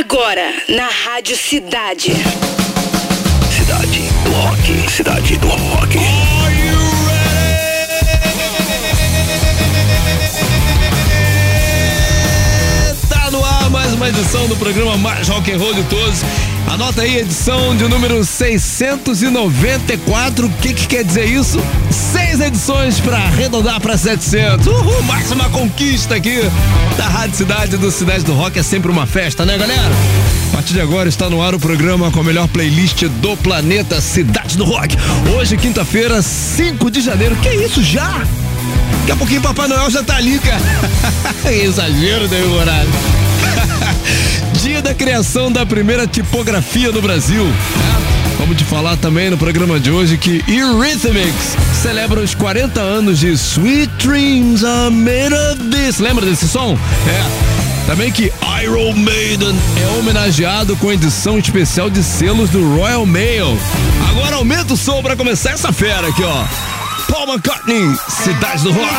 Agora, na Rádio Cidade. Cidade do Rock. Cidade do Rock. Are you ready? Tá no ar mais uma edição do programa mais rock and roll de todos. Anota aí, edição de número 694. O que quer dizer isso? 6 edições pra arredondar pra 700. Uhul, mais uma conquista aqui da Rádio Cidade, do Cidade do Rock. É sempre uma festa, né, galera? A partir de agora está no ar o programa com a melhor playlist do planeta, Cidade do Rock. Hoje, quinta-feira, 5 de janeiro. Que isso, já? Daqui a pouquinho Papai Noel já tá ali, cara. Exagero, David Horário. Dia da criação da primeira tipografia no Brasil. Vamos te falar também no programa de hoje que Eurythmics celebra os 40 anos de Sweet Dreams Are Made of This. Lembra desse som? Também que Iron Maiden é homenageado com edição especial de selos do Royal Mail. Agora aumenta o som pra começar essa fera aqui, ó. Paul McCartney, Cidade do Rock.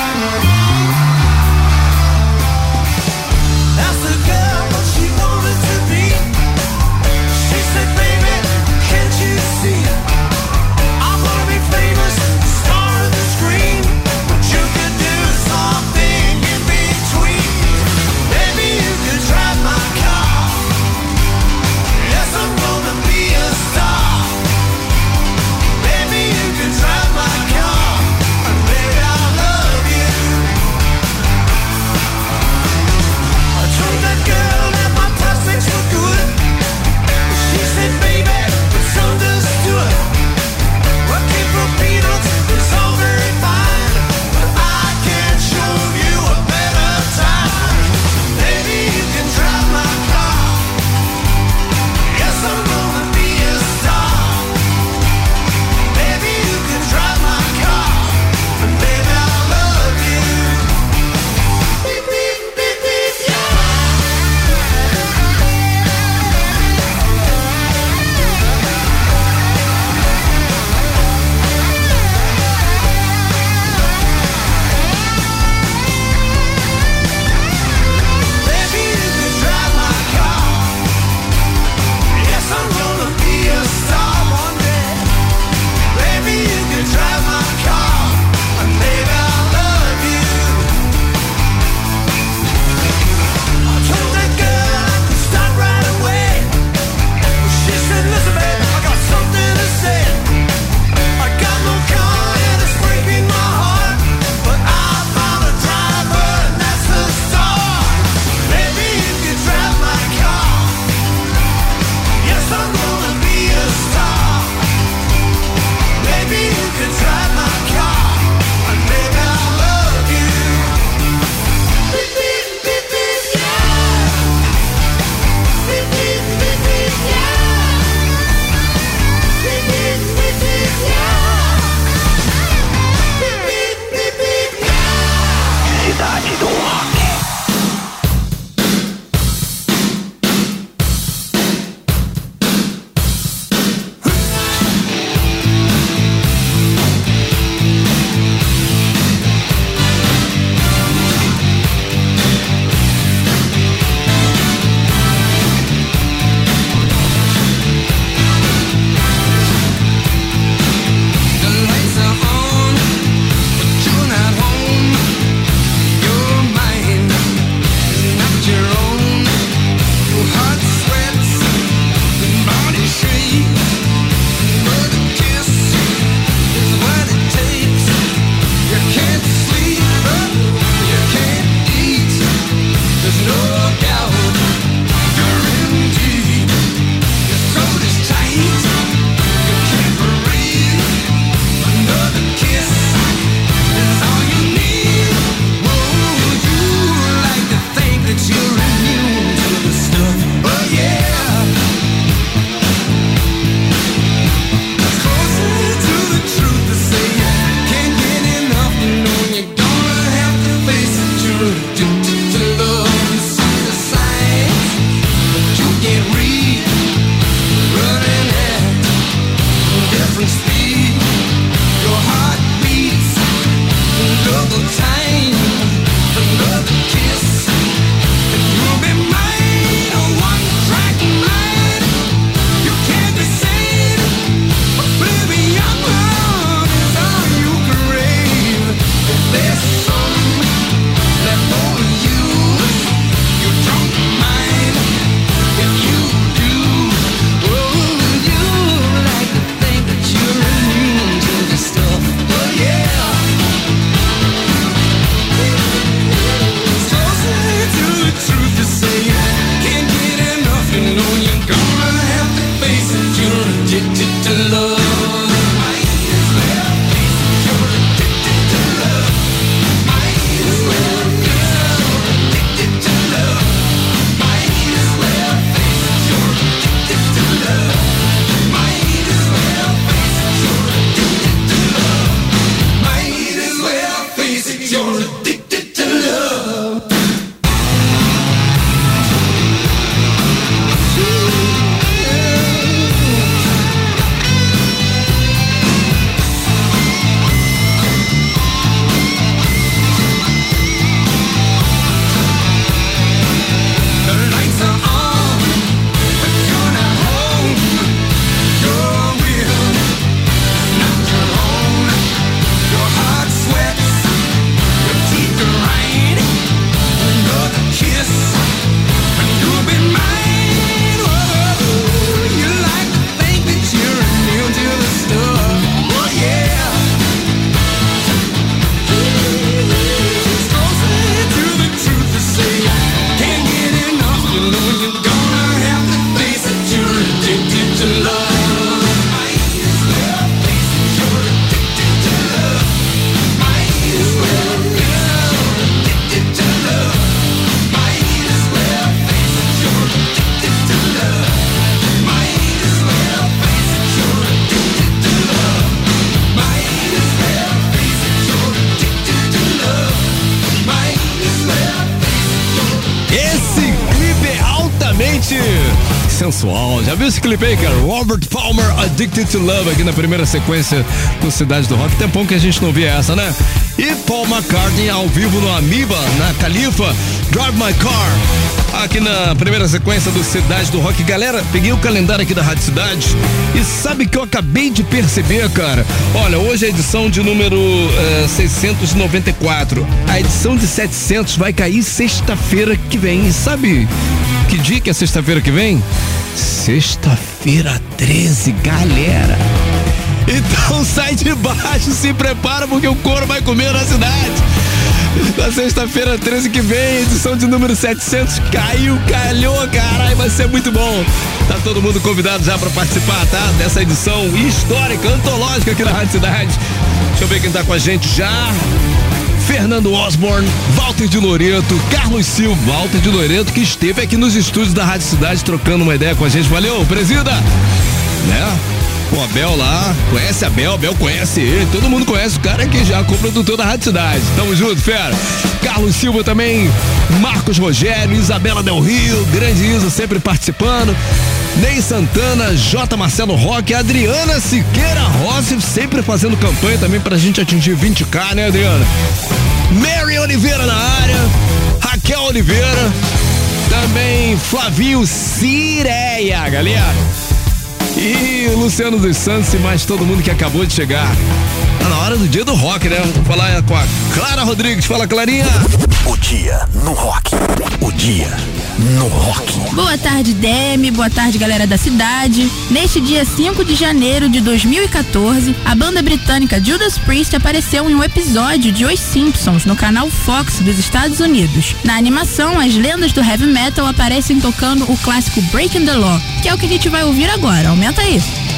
To love, you see the sign. extremamente sensual. Já viu esse clipe aí, cara? Robert Palmer, Addicted to Love, aqui na primeira sequência do Cidade do Rock. Tempão que a gente não via essa, né? E Paul McCartney ao vivo no Amoeba, na Califa, Drive My Car, aqui na primeira sequência do Cidade do Rock. Galera, peguei o calendário aqui da Rádio Cidade e sabe que eu acabei de perceber, cara? Olha, hoje é a edição de número 694. A edição de 700 vai cair sexta-feira que vem. E sabe que dia que é sexta-feira que vem? Sexta-feira 13, galera. Então sai de baixo, se prepara porque o couro vai comer na cidade. Na sexta-feira 13 que vem, edição de número 700, calhou, caralho, vai ser muito bom. Tá todo mundo convidado já pra participar, tá? Dessa edição histórica, antológica aqui na Rádio Cidade. Deixa eu ver quem tá com a gente já. Fernando Osborne, Walter de Loreto, Carlos Silva, Walter de Loreto, que esteve aqui nos estúdios da Rádio Cidade trocando uma ideia com a gente. Valeu, presida! Né? O Abel lá, conhece Abel conhece ele, todo mundo conhece o cara que já é produtor da Rádio Cidade. Tamo junto, fera. Carlos Silva também, Marcos Rogério, Isabela Del Rio, grande Isa sempre participando. Ney Santana, J. Marcelo Roque, Adriana Siqueira Rossi, sempre fazendo campanha também pra gente atingir 20k, né, Adriana? Mary Oliveira na área, Raquel Oliveira, também Flavinho Cireia, galera. E o Luciano dos Santos e mais todo mundo que acabou de chegar. Tá na hora do dia do rock, né? Vou falar com a Clara Rodrigues. Fala, Clarinha. O dia no rock. O dia no rock. Boa tarde, Demi. Boa tarde, galera da cidade. Neste dia 5 de janeiro de 2014, a banda britânica Judas Priest apareceu em um episódio de Os Simpsons no canal Fox dos Estados Unidos. Na animação, as lendas do heavy metal aparecem tocando o clássico Breaking the Law, que é o que a gente vai ouvir agora. Aumenta aí.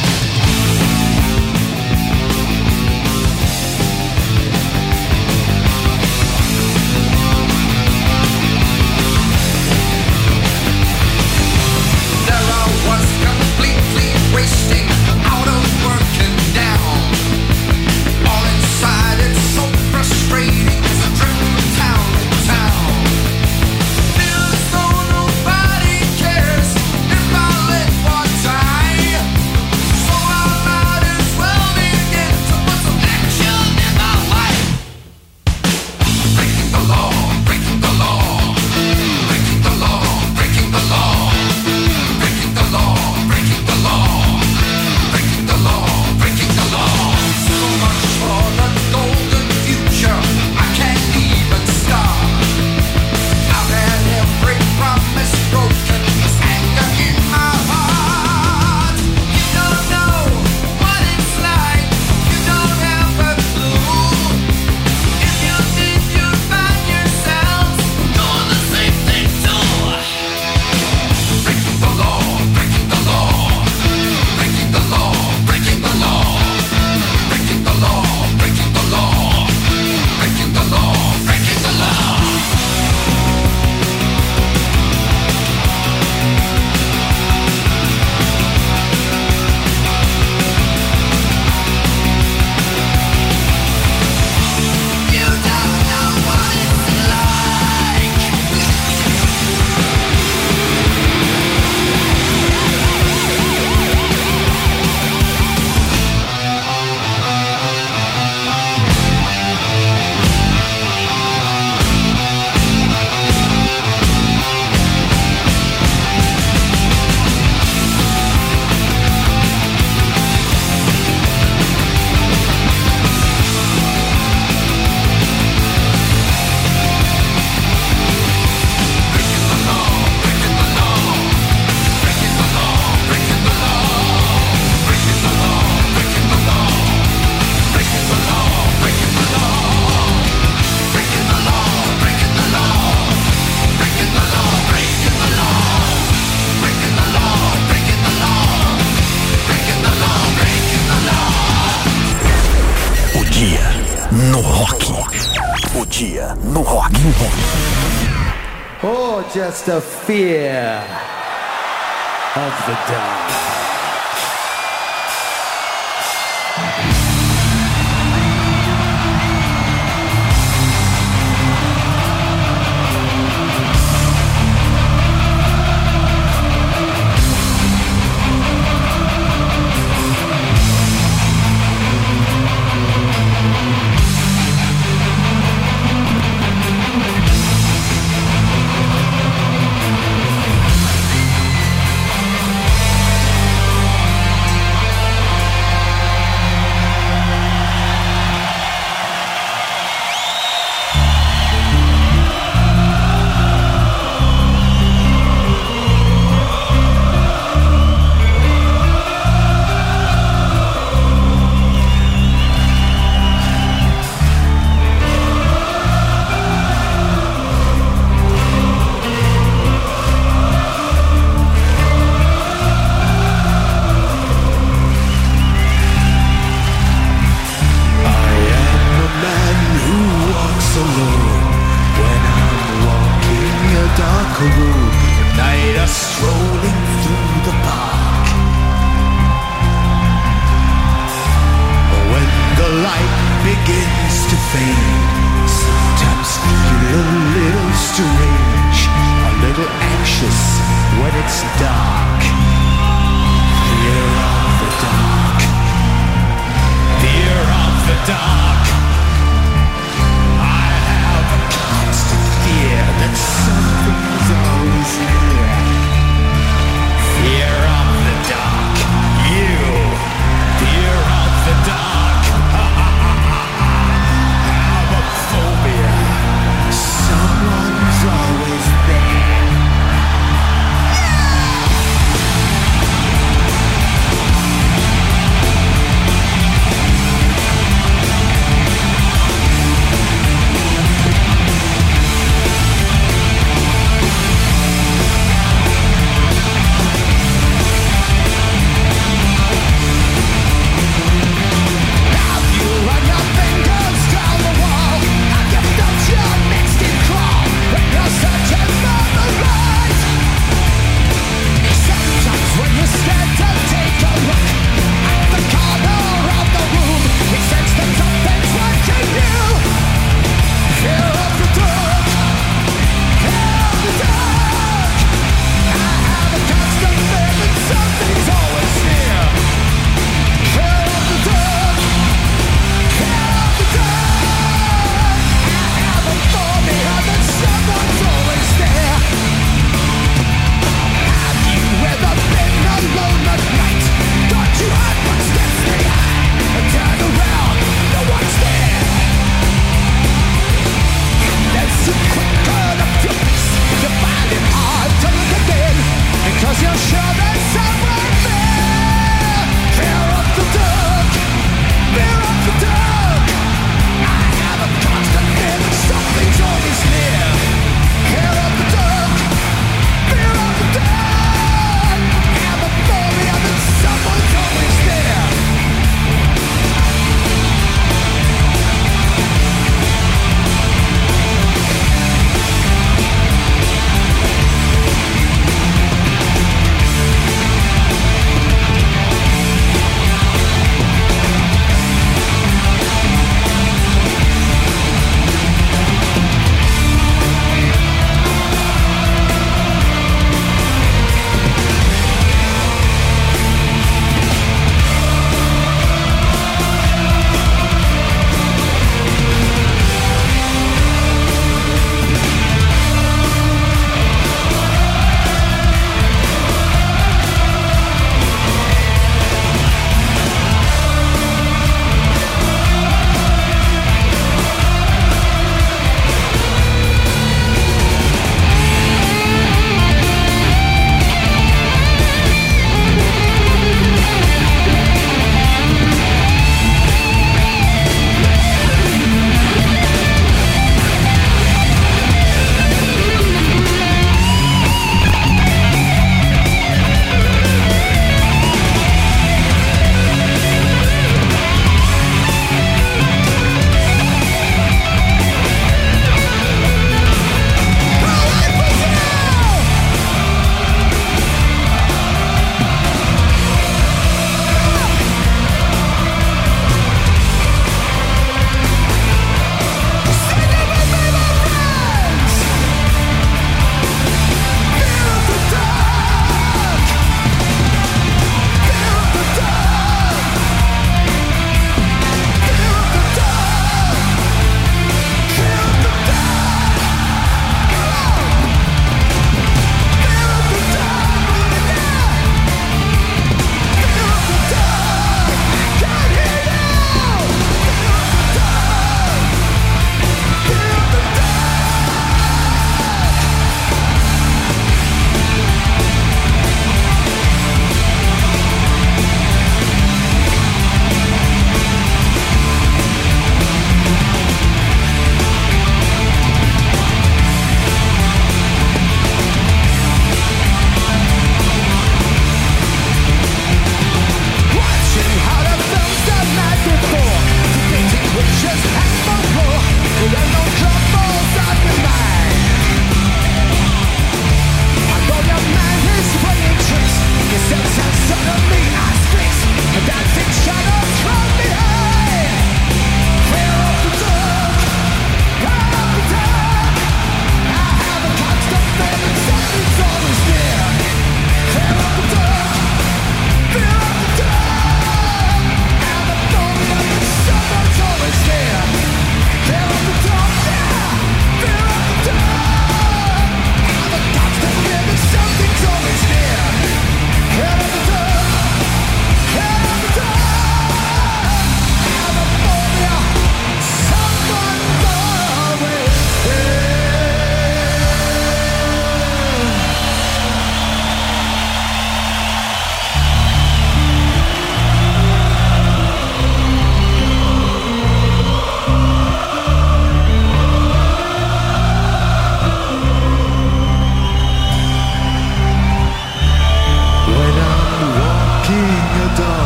dia no rock. Oh, just a fear of the dark. night are strolling through the park. When the light begins to fade, sometimes feel a little strange, a little anxious when it's dark. Fear of the dark. Fear of the dark. I have a constant fear that something's always near. Fear of the dark. You. Fear of the dark. Have a phobia. Someone's always there.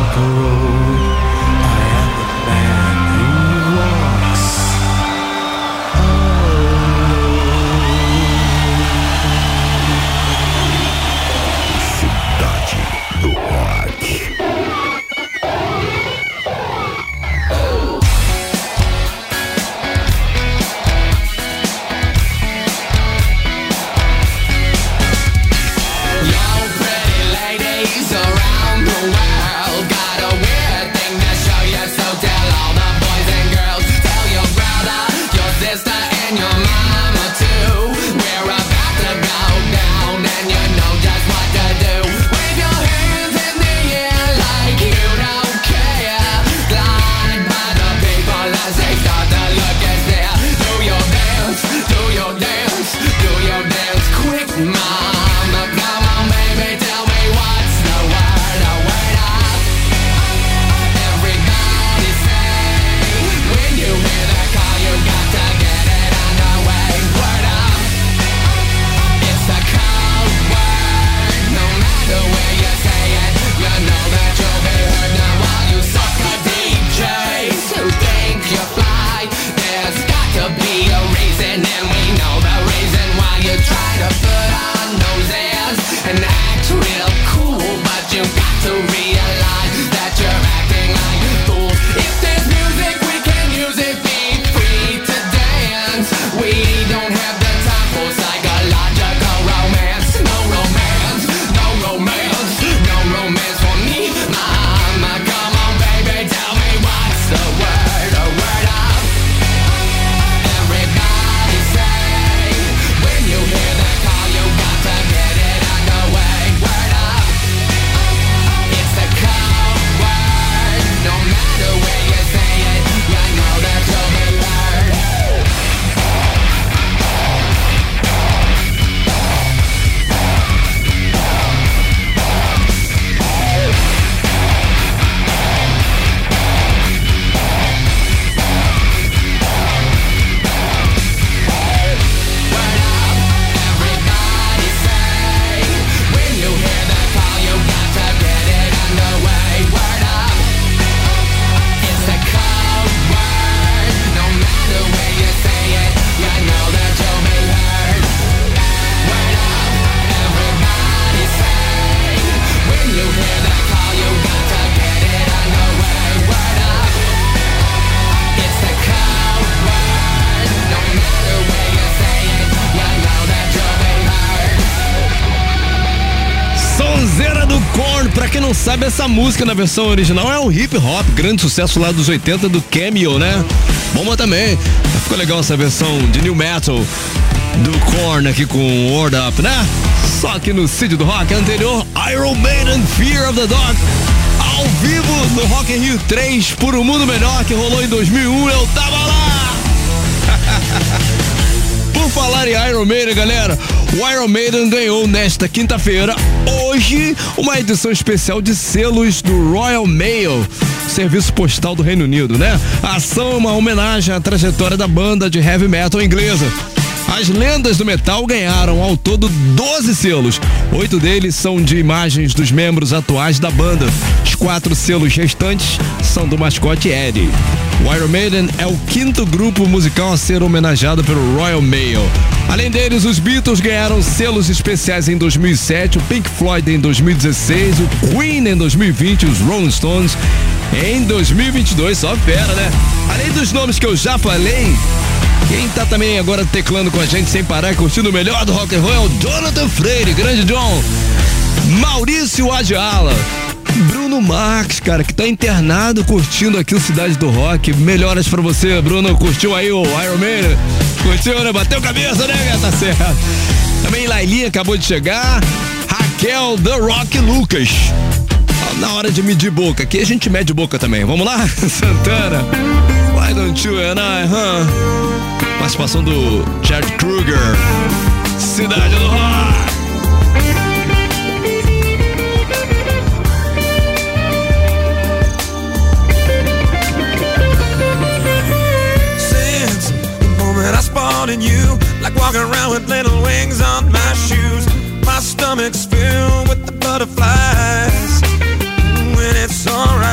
walk a road, I am the man who walks Cidade do Rock. Pra quem não sabe, essa música na versão original é um hip hop, grande sucesso lá dos 80 do Cameo, né? Bomba também. Ficou legal essa versão de new metal do Korn aqui com Word Up, né? Só que no Cid do Rock anterior, Iron Maiden, Fear of the Dark, ao vivo no Rock in Rio 3 por um mundo melhor que rolou em 2001, eu tava lá! Por falar em Iron Maiden, galera, o Iron Maiden ganhou nesta quinta-feira, hoje, uma edição especial de selos do Royal Mail, serviço postal do Reino Unido, né? A ação é uma homenagem à trajetória da banda de heavy metal inglesa. As lendas do metal ganharam ao todo 12 selos. 8 deles são de imagens dos membros atuais da banda. Os 4 selos restantes são do mascote Eddie. O Iron Maiden é o 5º grupo musical a ser homenageado pelo Royal Mail. Além deles, os Beatles ganharam selos especiais em 2007, o Pink Floyd em 2016, o Queen em 2020, os Rolling Stones em 2022, só fera, né? Além dos nomes que eu já falei, quem tá também agora teclando com a gente sem parar, curtindo o melhor do rock and roll é o Jonathan Freire, grande John, Maurício Adjala, Bruno Marques, cara, que tá internado curtindo aqui o Cidade do Rock. Melhoras pra você, Bruno. Curtiu aí o Iron Maiden? Curtiu, né? Bateu cabeça, né? Tá certo. Também Lailinha acabou de chegar. Raquel, The Rock Lucas. Na hora de medir boca. Aqui a gente mede boca também. Vamos lá? Santana. Why don't you and I, Participação do Chad Kruger. Cidade do Rock. I spawned in you, like walking around with little wings on my shoes. My stomach's filled with the butterflies. When it's alright.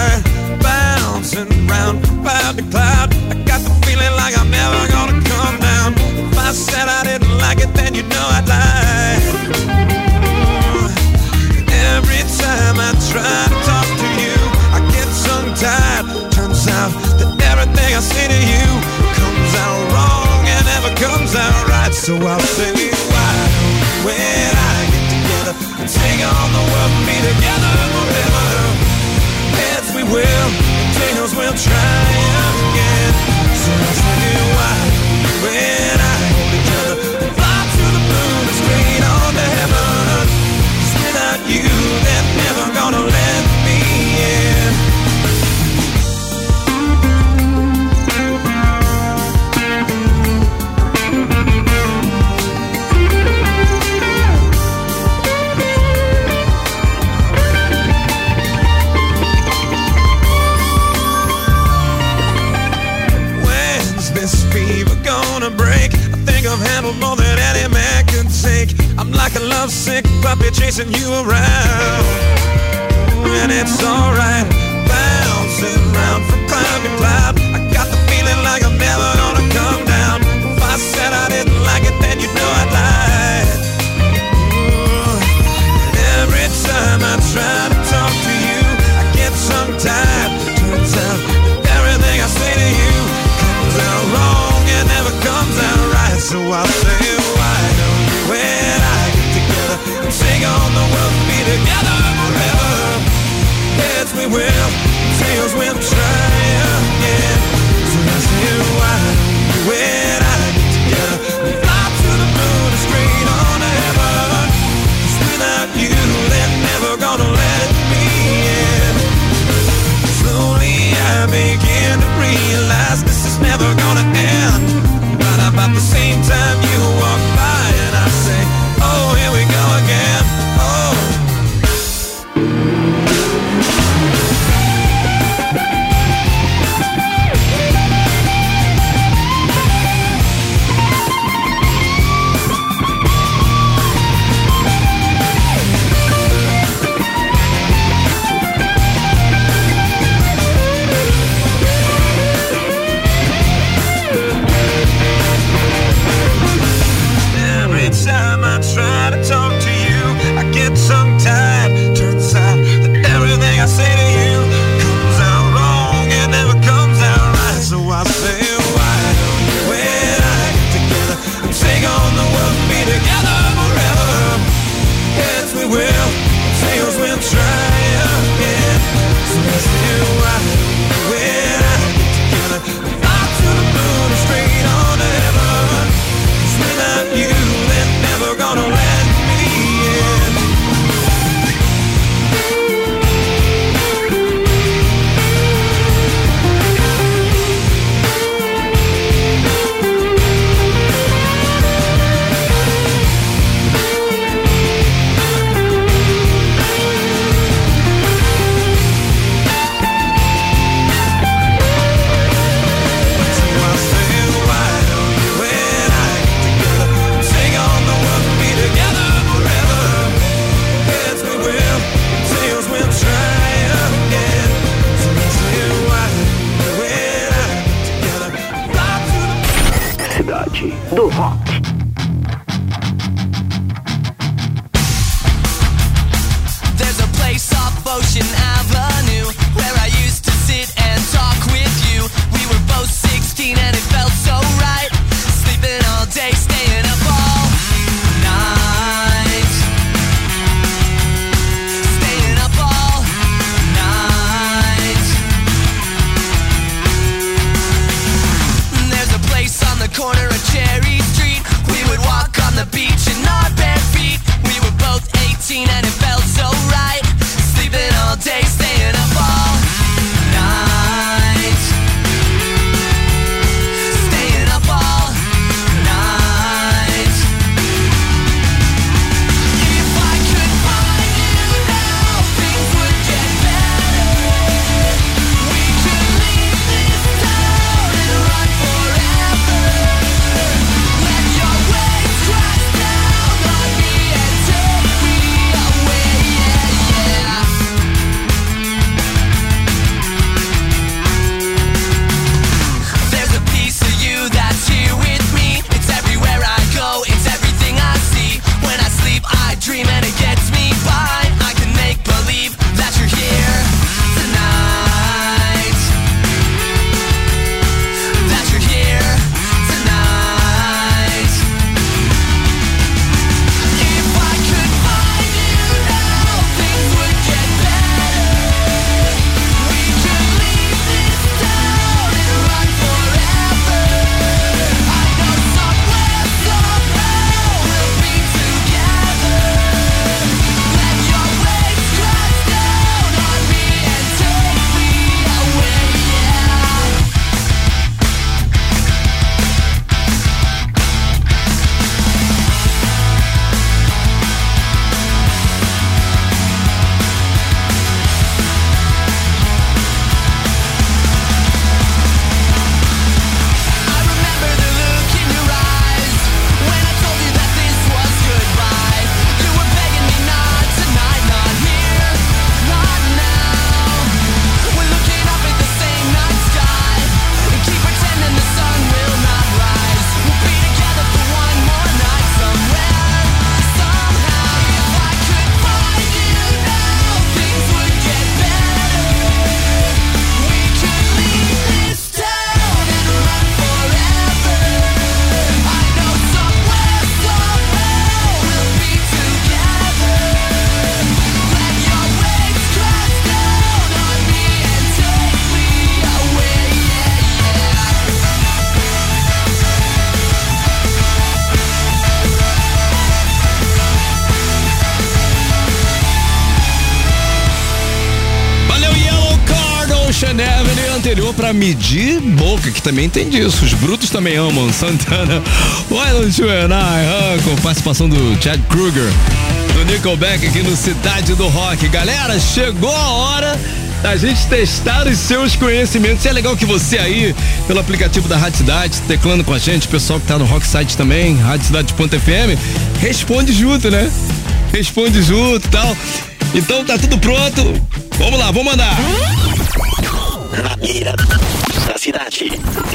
So I'll say, why don't you and I get together and take on the world and be together forever? Heads we will, tails we'll try again. So I'll say, why don't you and I hold each other and fly to the moon and straight on to heaven? 'Cause without you, they're never gonna let me in. Break. I think I've handled more than any man can take. I'm like a lovesick puppy chasing you around, and it's alright, bouncing round from cloud to cloud. I got the feeling like I'm never gonna come down. If I said I didn't like it, then you know I'd lie. And every time I try to talk to you, I get tongue-tied. Turns out that everything I say to you comes out wrong. It never comes out right. So I'll say, why don't you and I get together and take on the world and be together forever? Heads we will, tails we'll try again. So I say, why don't you and I get together and fly to the moon and straight on to heaven? 'Cause without you, they're never gonna let me in. Slowly I begin to realize this is never gonna end. Right about the same time you walk by and I say, oh, here we go again. Oh. Time I try to talk to you, I get tongue-tied. Turns out that everything I say to you comes out wrong. It never comes out right. So I'll say, why don't you and I get together and take on the world and be together forever? Heads we will, tails we'll try again. So I'll say, why don't you and I get together and fly to the moon and straight on to heaven? 'Cause without you, never gonna let me in. Do rock. There's a place off Ocean Avenue where I used to sit and talk with you. We were both 16 and it felt so right. Sleeping all day, staying up all night. Staying up all night. There's a place on the corner of Cherry Street. We would walk on the beach in our bare feet. We were both 18 and it felt so right. Sleeping all day. Ocean Avenue, anterior pra Medir Boca, que também tem disso. Os brutos também amam. Santana, Why Don't You and I, com participação do Chad Kroeger, do Nickelback aqui no Cidade do Rock. Galera, chegou a hora da gente testar os seus conhecimentos. E é legal que você aí, pelo aplicativo da Rádio Cidade, teclando com a gente, o pessoal que tá no Rock Site também, radiocidade.fm, responde junto, né? Responde junto e tal. Então tá tudo pronto. Vamos lá, vamos mandar. Na mira da cidade.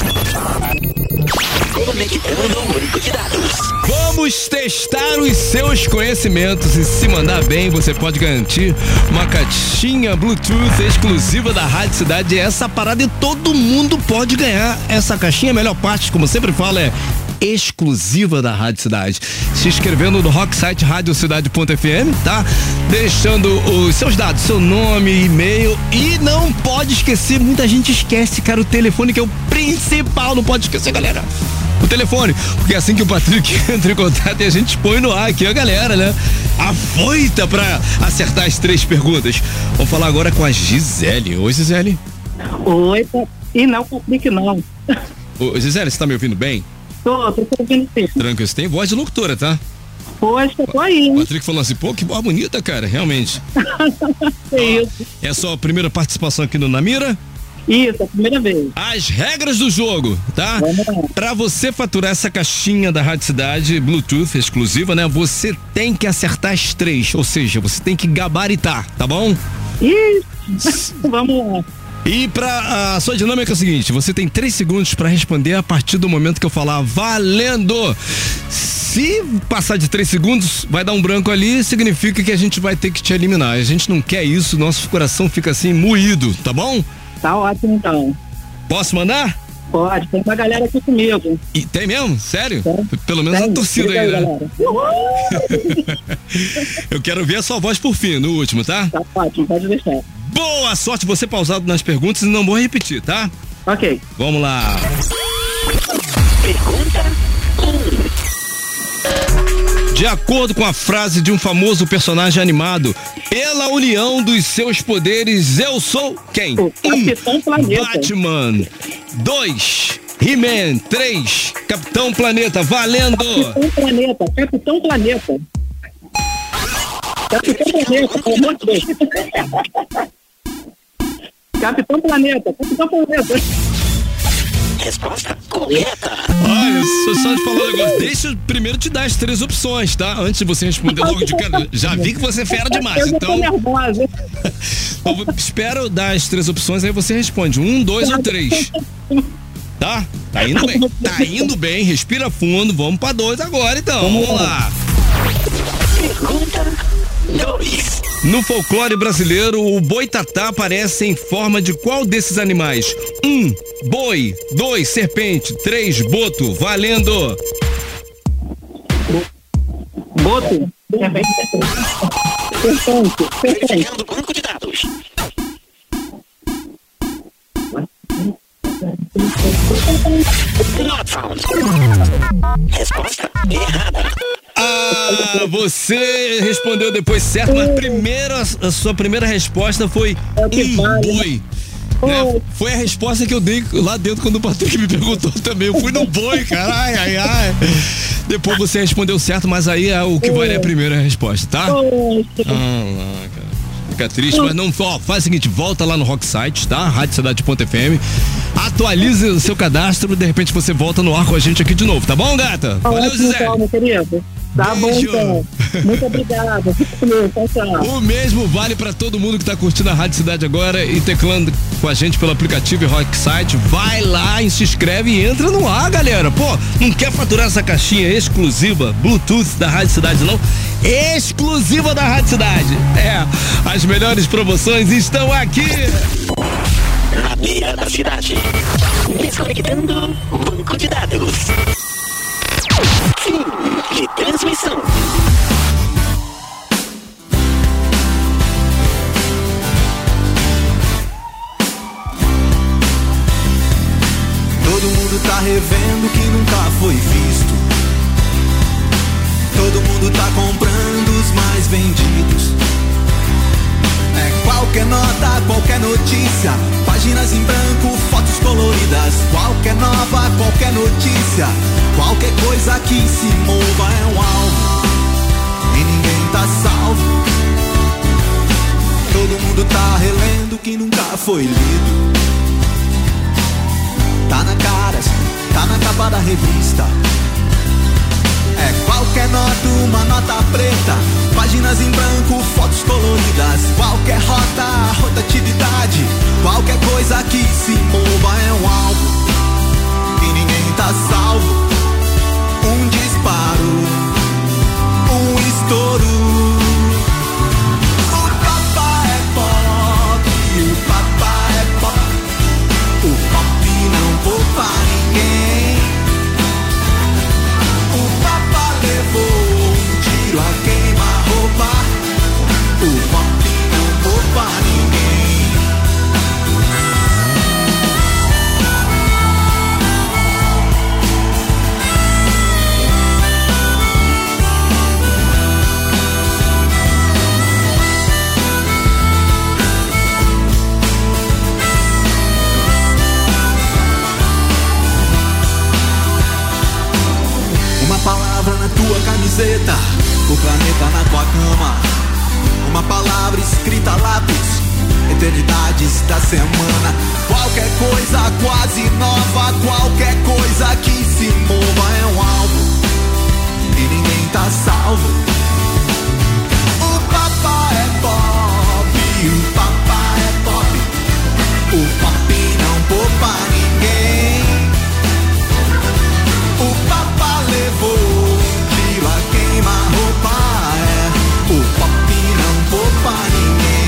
Conectando o banco de dados. Vamos testar os seus conhecimentos e se mandar bem, você pode garantir uma caixinha Bluetooth exclusiva da Rádio Cidade. Essa parada e todo mundo pode ganhar essa caixinha. A melhor parte, como eu sempre falo, é exclusiva da Rádio Cidade. Se inscrevendo no Rock Site radiocidade.fm, tá? Deixando os seus dados, seu nome, e-mail, e não pode esquecer, muita gente esquece, cara, o telefone, que é o principal, não pode esquecer, galera. O telefone, porque é assim que o Patrick entra em contato e a gente põe no ar aqui a galera, né? Afoita pra acertar as 3 perguntas. Vamos falar agora com a Gisele. Oi, Gisele. Oi, e não, Patrick, não. Ô, Gisele, você tá me ouvindo bem? Tô ouvindo sim. Tranquilo, você tem voz de locutora, tá? Poxa, tô aí. O Patrick falou assim, pô, que voz bonita, cara, realmente. É isso. É a sua primeira participação aqui no Namira? Isso, a primeira vez. As regras do jogo, tá? Pra você faturar essa caixinha da Rádio Cidade Bluetooth exclusiva, né? Você tem que acertar as 3, ou seja, você tem que gabaritar, tá bom? Isso, vamos lá. E a sua dinâmica é o seguinte, você tem 3 segundos pra responder a partir do momento que eu falar valendo. Se passar de 3 segundos, vai dar um branco ali, significa que a gente vai ter que te eliminar. A gente não quer isso, nosso coração fica assim moído, tá bom? Tá ótimo então. Posso mandar? Pode, tem uma galera aqui comigo. E tem mesmo? Sério? Tem. Pelo menos a torcida aí, né? Uhul! Eu quero ver a sua voz por fim, no último, tá? Tá ótimo, pode deixar. Boa sorte, você pausado nas perguntas e não vou repetir, tá? Ok. Vamos lá. Pergunta 1. De acordo com a frase de um famoso personagem animado, pela união dos seus poderes, eu sou quem? O Capitão Planeta. Batman. 2, He-Man. 3, Capitão Planeta. Valendo! Capitão Planeta. Capitão Planeta, pelo amor de Deus. Capitão Planeta. Resposta correta. Olha, só te falar um negócio. Deixa eu primeiro te dar as 3 opções, tá? Antes de você responder logo de cara. Já vi que você é fera demais, Eu então. tô nervosa. Eu espero dar as 3 opções, aí você responde 1, 2 ou 3. Tá? Tá indo bem. Tá indo bem, respira fundo. Vamos pra 2 agora, então. Vamos lá. Pergunta 2. No folclore brasileiro, o boitatá aparece em forma de qual desses animais? 1, boi. 2, serpente. 3, boto. Valendo! Boto. Serpente. Verificando o banco de dados. Not found. Resposta errada. Ah, você respondeu depois certo, mas a sua primeira resposta foi boi. Né? Foi a resposta que eu dei lá dentro quando o Patrick me perguntou também. Eu fui no boi, cara. Ai. Depois você respondeu certo, mas aí o que vale é a primeira resposta, tá? Cara. Fica triste, mas não. Ó, faz o seguinte, volta lá no Rock Site, tá? radiocidade.fm. Atualize o seu cadastro, de repente você volta no ar com a gente aqui de novo, tá bom, gata? Valeu, Zé. Então, meu querido. Tá Beijo. bom, então. Muito obrigada. Tchau. O mesmo vale pra todo mundo que tá curtindo a Rádio Cidade agora e teclando com a gente pelo aplicativo e Rock Site. Vai lá e se inscreve e entra no ar, galera. Pô, não quer faturar essa caixinha exclusiva Bluetooth da Rádio Cidade, não? Exclusiva da Rádio Cidade. As melhores promoções estão aqui. Na beira da cidade. Desconectando o banco de dados. Fim de transmissão. Todo mundo tá revendo o que nunca foi visto. Todo mundo tá comprando os mais vendidos. É qual Qualquer nota, qualquer notícia, páginas em branco, fotos coloridas. Qualquer nova, qualquer notícia, qualquer coisa que se mova é um alvo e ninguém tá salvo. Todo mundo tá relendo que nunca foi lido. Tá na cara, tá na capa da revista. É qualquer nota, uma nota preta, páginas em branco, fotos coloridas. Qualquer rota, rotatividade, qualquer coisa que se mova é um alvo e ninguém tá salvo. Um disparo, um estouro. O papá é pop, o papá é pop. O pop não poupa ninguém. Levou um tiro a queima-roupa. O pop não poupa ninguém. Uma palavra na tua camiseta, o planeta na tua cama. Uma palavra escrita a lápis, eternidades da semana. Qualquer coisa quase nova, qualquer coisa que se mova é um alvo e ninguém tá salvo. O papá é pop, o papá é pop. O pop não poupa ninguém. O papá levou um tiro a queima-roupa. É, o pop não poupa ninguém.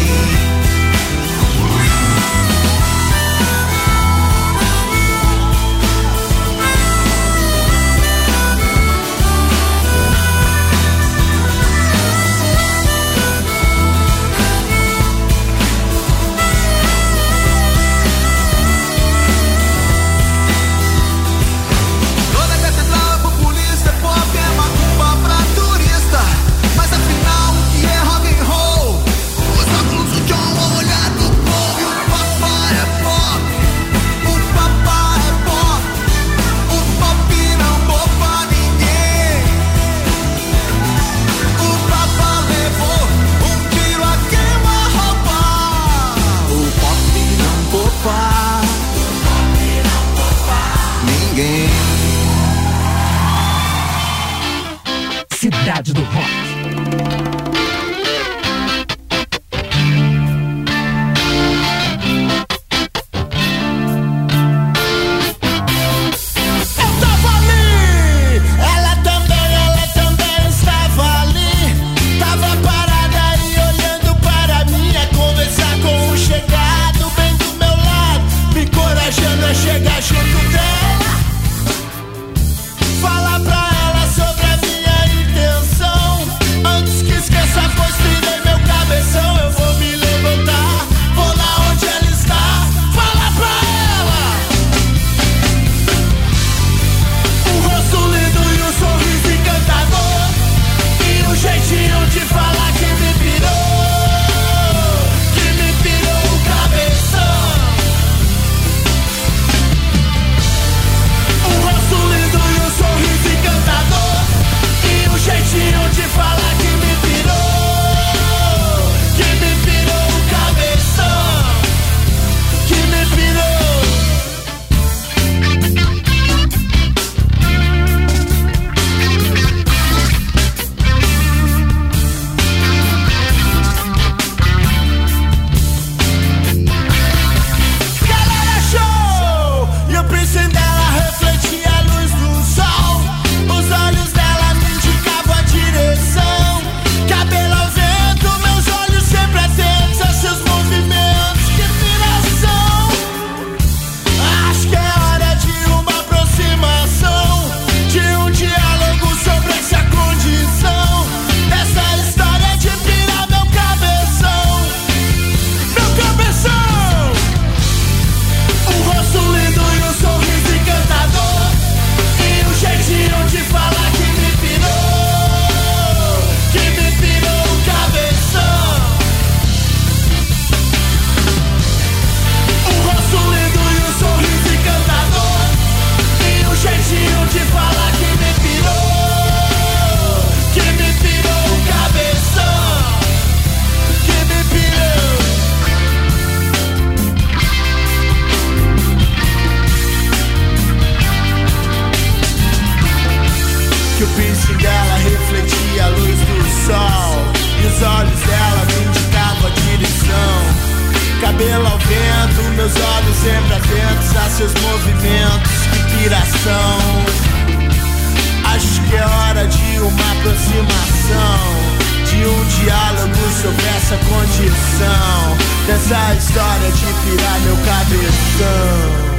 piercing dela refletia a luz do sol, e os olhos dela me indicavam a direção. Cabelo ao vento, meus olhos sempre atentos a seus movimentos, que piração. Acho que é hora de uma aproximação, de um diálogo sobre essa condição, dessa história de pirar meu cabeção.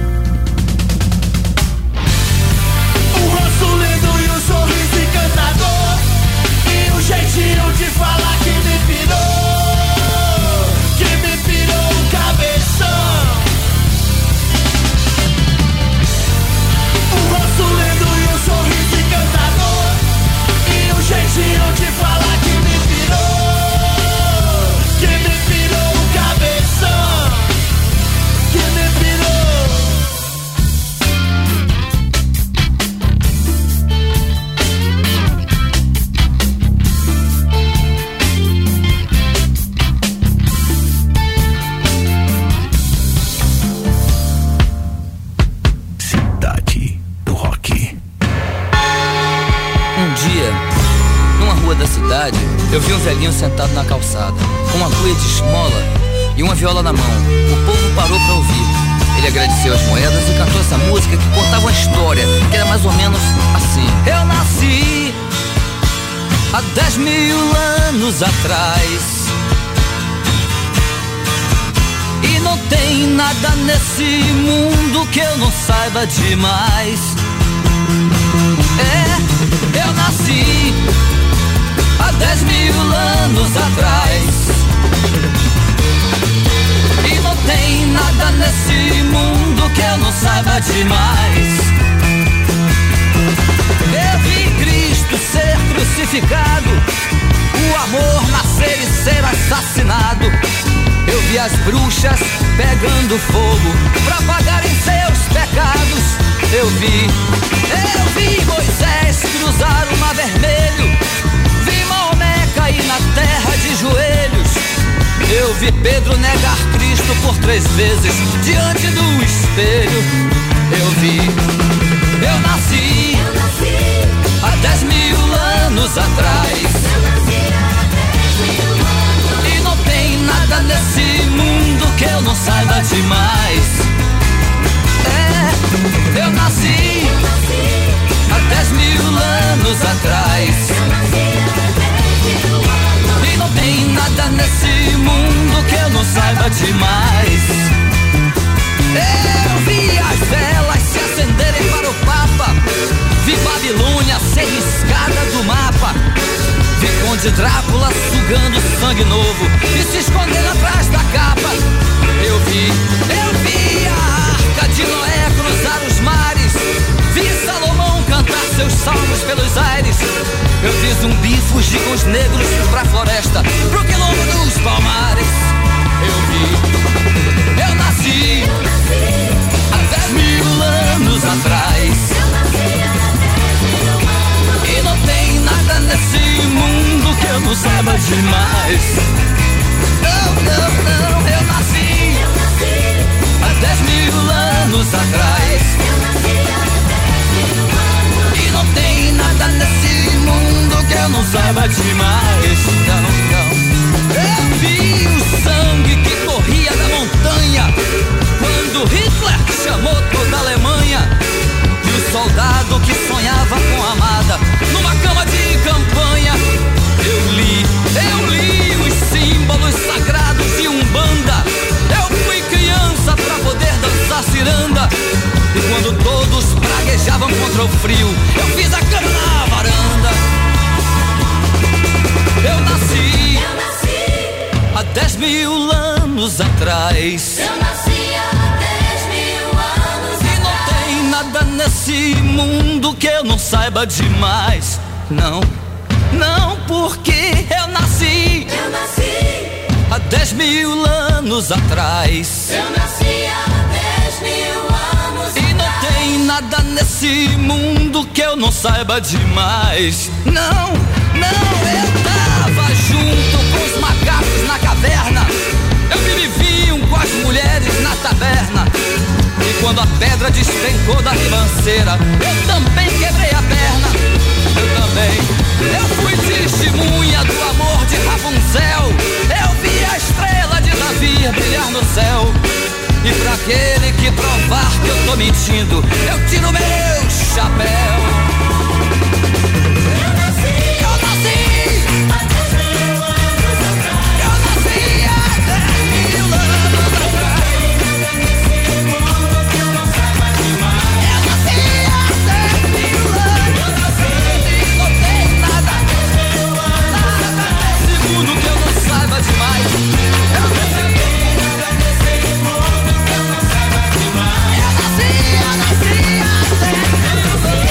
Um rosto lindo e um sorriso encantador, e um jeitinho de falar que me pirou o cabeção. Um rosto lindo e um sorriso encantador, e um jeitinho de falar que me pirou o cabeção, que me pirou. Eu vi um velhinho sentado na calçada, com uma cuia de esmola e uma viola na mão. O povo parou pra ouvir. Ele agradeceu as moedas e cantou essa música que contava uma história, que era mais ou menos assim. Eu nasci há 10.000 anos atrás, e não tem nada nesse mundo que eu não saiba demais. Eu nasci há 10.000 anos atrás, e não tem nada nesse mundo que eu não saiba demais. Eu vi Cristo ser crucificado, o amor nascer e ser assassinado. Eu vi as bruxas pegando fogo pra pagarem seus pecados. Eu vi Moisés cruzar o mar vermelho, vi Maomé cair na terra de joelhos. Eu vi Pedro negar Cristo por 3 vezes diante do espelho. Eu nasci há 10.000 anos atrás, e não tem nada nesse mundo que eu não saiba demais. Eu nasci há 10.000 anos atrás, e não tem nada nesse mundo que eu não saiba demais. Eu vi as velas se acenderem para o Papa, vi Babilônia ser riscada do mapa, vi Conde Drácula sugando sangue novo e se escondendo atrás da capa. Eu vi a Arca de Noé cruzar os mares, vi Salomão cantar seus salmos pelos aires. Eu vi Zumbi fugir com os negros pra floresta, pro quilombo dos palmares. Eu nasci há 10.000 anos atrás, e não tem nada nesse mundo que eu não saiba demais. Não, eu nasci há 10.000 anos atrás, e não tem nada nesse mundo que eu não saiba demais. Não. Eu vi o sangue que corria da montanha quando Hitler chamou toda a Alemanha, e o soldado que sonhava com a amada numa cama de campanha. Eu li os símbolos sagrados de Umbanda. Eu fui criança pra poder dançar ciranda, e quando todos praguejavam contra o frio, eu fiz a cama na varanda. Eu nasci há 10.000 anos atrás, Eu nasci há 10.000 anos e não tem nada nesse mundo que eu não saiba demais. Não, porque eu nasci há 10.000 anos atrás. Eu nasci há 10.000 anos E não tem nada nesse mundo que eu não saiba demais. Não, eu tava junto com os macacos na caverna. Eu me vinham com as mulheres na taberna. E quando a pedra despencou da ribanceira, eu também quebrei a perna. provar que eu tô mentindo, eu tiro meu chapéu. Eu nasci há 10 mil anos atrás. Eu nasci há 10 mil anos atrás. Nesse mundo que eu não saiba demais. Eu nasci há 10 mil anos. Eu nasci e não tem nada. 10 mil anos atrás. Nesse mundo que eu não saiba demais. Eu nasci nesse mundo que eu não saiba demais. Eu nasci há 10 mil anos atrás.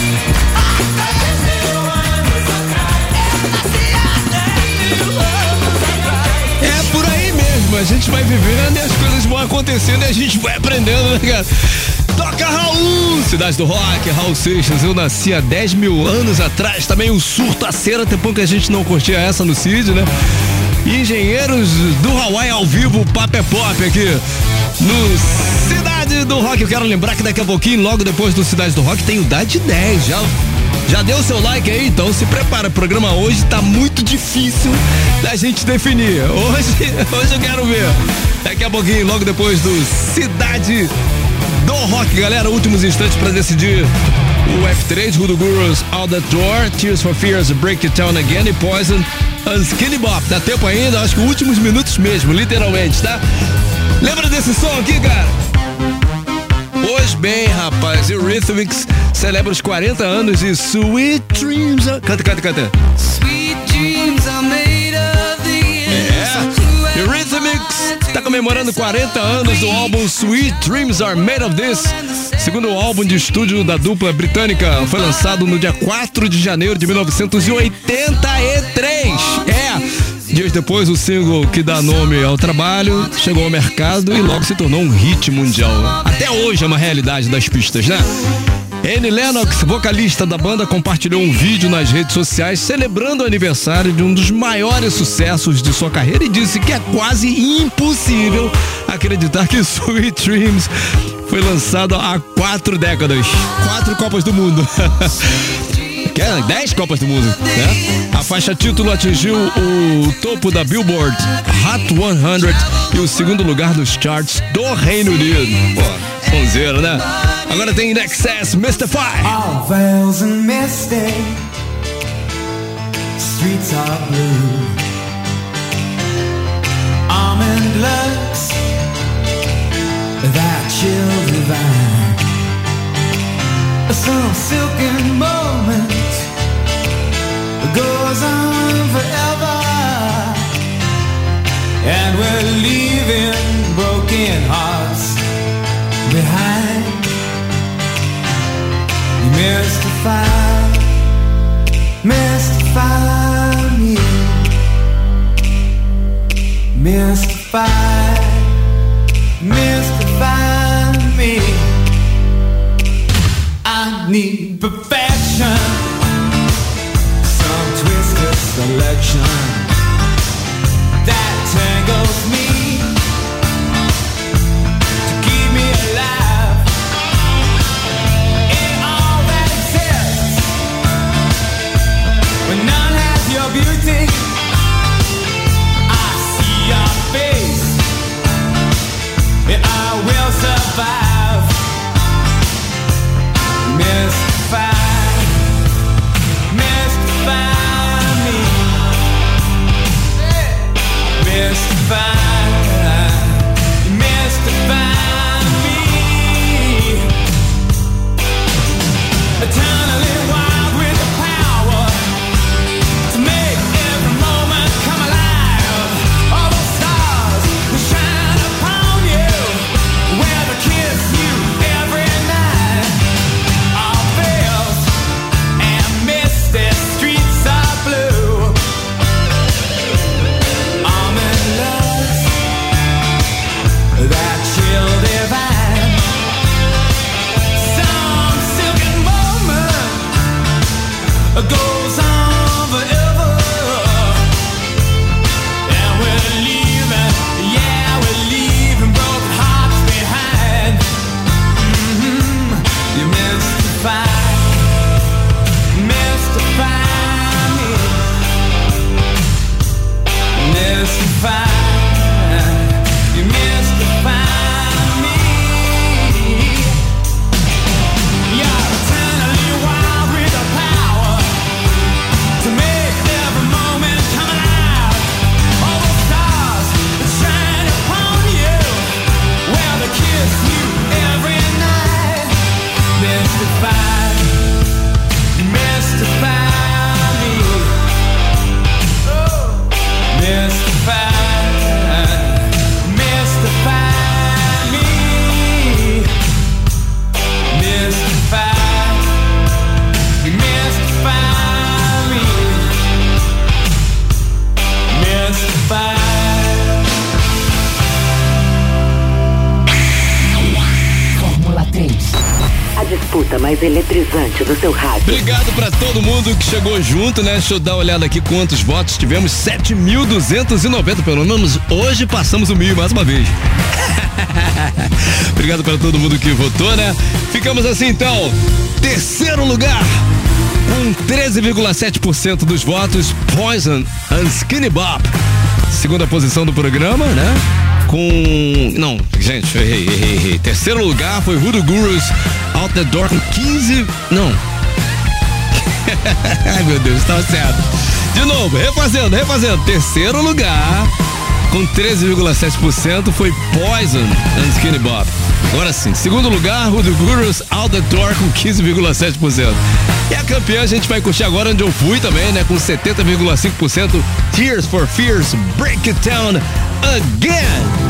É por aí mesmo, a gente vai vivendo e as coisas vão acontecendo e a gente vai aprendendo, né, cara? Toca Raul, Cidade do Rock, Raul Seixas. Eu nasci há 10 mil anos atrás, também o surto, a cera, tem pouco que a gente não curtia essa no Cid, né? Engenheiros do Hawaii ao vivo, o Papo é Pop aqui no Cidade do Rock. Eu quero lembrar que daqui a pouquinho, logo depois do Cidade do Rock, tem o Dá de 10. Já deu o seu like aí? Então se prepara, o programa hoje tá muito difícil da gente definir. Hoje eu quero ver. Daqui a pouquinho, logo depois do Cidade do Rock, galera, últimos instantes pra decidir o F3, Voodoo Gurus, All That Door, Tears for Fears, Break It Down Again e Poison, Skinny Bop. Dá tempo ainda? Acho que últimos minutos mesmo, literalmente, tá? Lembra desse som aqui, cara? Pois bem, rapaz, Eurythmics celebra os 40 anos de Sweet Dreams. Canta. Sweet dreams are made of the Eurythmics tá comemorando 40 anos do álbum Sweet Dreams Are Made of This. Segundo o álbum de estúdio da dupla britânica, foi lançado no dia 4 de janeiro de 1983. Dias depois, o single que dá nome ao trabalho chegou ao mercado e logo se tornou um hit mundial. Até hoje é uma realidade das pistas, né? Annie Lennox, vocalista da banda, compartilhou um vídeo nas redes sociais celebrando o aniversário de um dos maiores sucessos de sua carreira e disse que é quase impossível acreditar que Sweet Dreams foi lançado há 4 décadas. 4 Copas do Mundo. 10 Copas do Mundo, né? A faixa título atingiu o topo da Billboard Hot 100 e o segundo lugar dos charts do Reino Unido. Pô, sonzeiro, né? Agora tem In Excess, Mystify. All veils and misty, streets are blue. Almond looks, that chill divine. Some silken moment goes on forever, and we're leaving broken hearts behind. You mystify me, mystify me. I need perfection, some twisted selection that tangles me to keep me alive in all that exists. When none has your beauty, I see your face, and I will survive. Mystify me, mystify me. Eternally wild with the power to make every moment come alive. All the stars that shine upon you, where to kiss you every night. All veils and misty streets are blue. I'm in love. mais eletrizante do seu rádio. Obrigado pra todo mundo que chegou junto, né? Deixa eu dar uma olhada aqui quantos votos tivemos. 7.290, pelo menos hoje passamos o 1.000 mais uma vez. Obrigado pra todo mundo que votou, né? Ficamos assim então, terceiro lugar, com 13,7% dos votos, Poison and Skinny Bop. Segunda posição do programa, né? Não, gente, eu errei. Terceiro lugar foi Voodoo Gurus, Out the Door com 15. Não. Ai, meu Deus, estava certo. De novo, refazendo. Terceiro lugar, com 13,7%, foi Poison and Skinny Bop. Agora sim, segundo lugar, Voodoo Gurus, Out the Door com 15,7%. E a campeã a gente vai curtir agora onde eu fui também, né? Com 70,5%, Tears for Fears, Break It Down Again.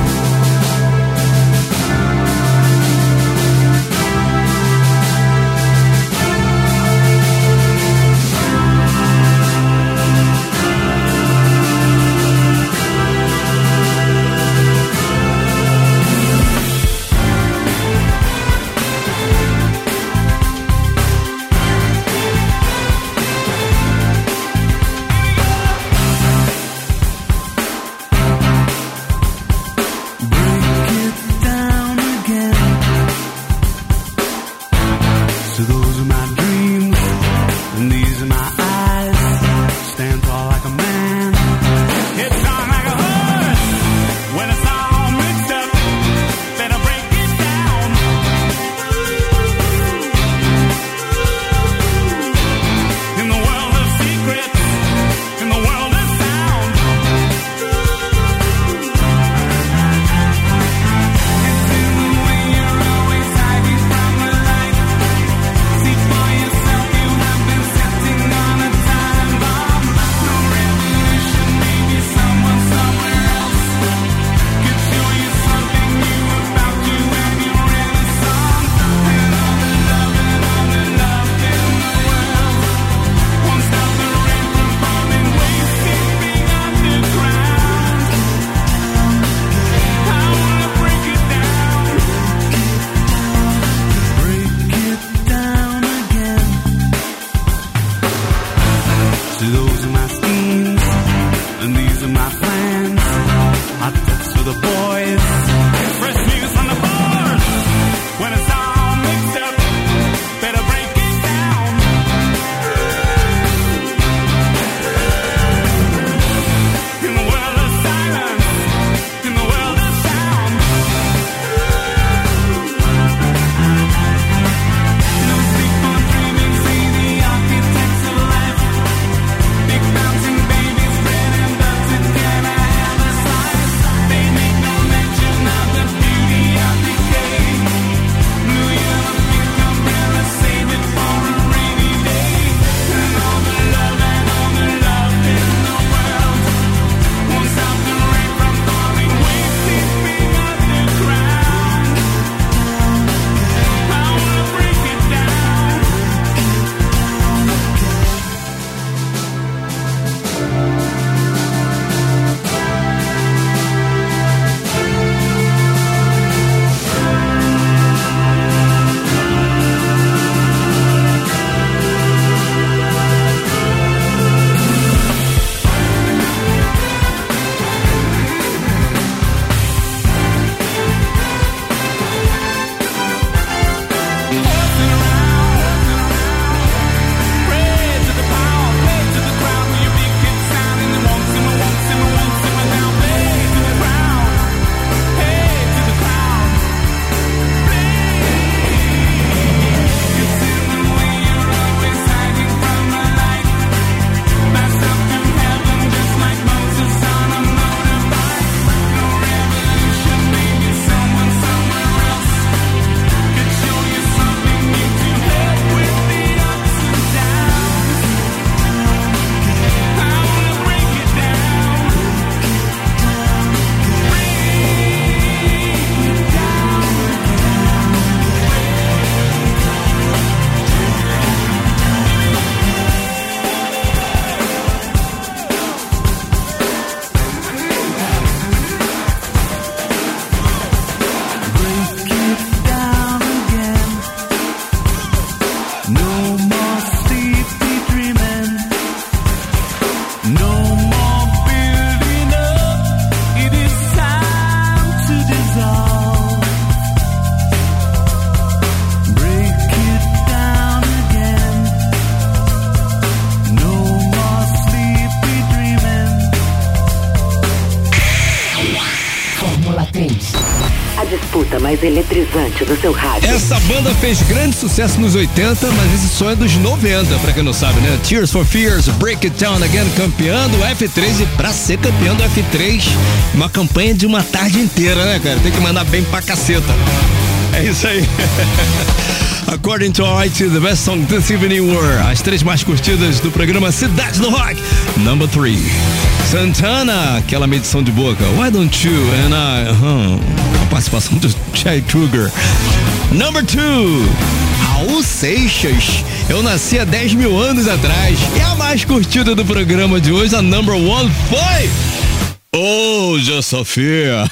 A disputa mais eletrizante do seu rádio. Essa banda fez grande sucesso nos 80, mas esse som é dos 90, pra quem não sabe, né? Tears for Fears, Break It Down Again, campeão do F3, e pra ser campeão do F3, uma campanha de uma tarde inteira, né, cara? Tem que mandar bem pra caceta. É isso aí. According to IT, the best song this evening were as 3 mais curtidas do programa Cidade do Rock. Number 3, Santana, aquela medição de boca, Why Don't You, and a participação do Chad Kruger. Number 2, Raul Seixas, Eu Nasci há 10 mil anos atrás. E a mais curtida do programa de hoje, a number 1 foi Hoje, Sofia.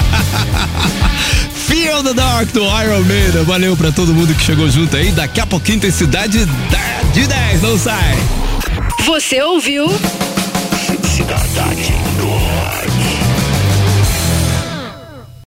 Fear the Dark do Iron Maiden. Valeu pra todo mundo que chegou junto aí. Daqui a pouquinho tem Cidade de 10, não sai. Você ouviu? Cidade.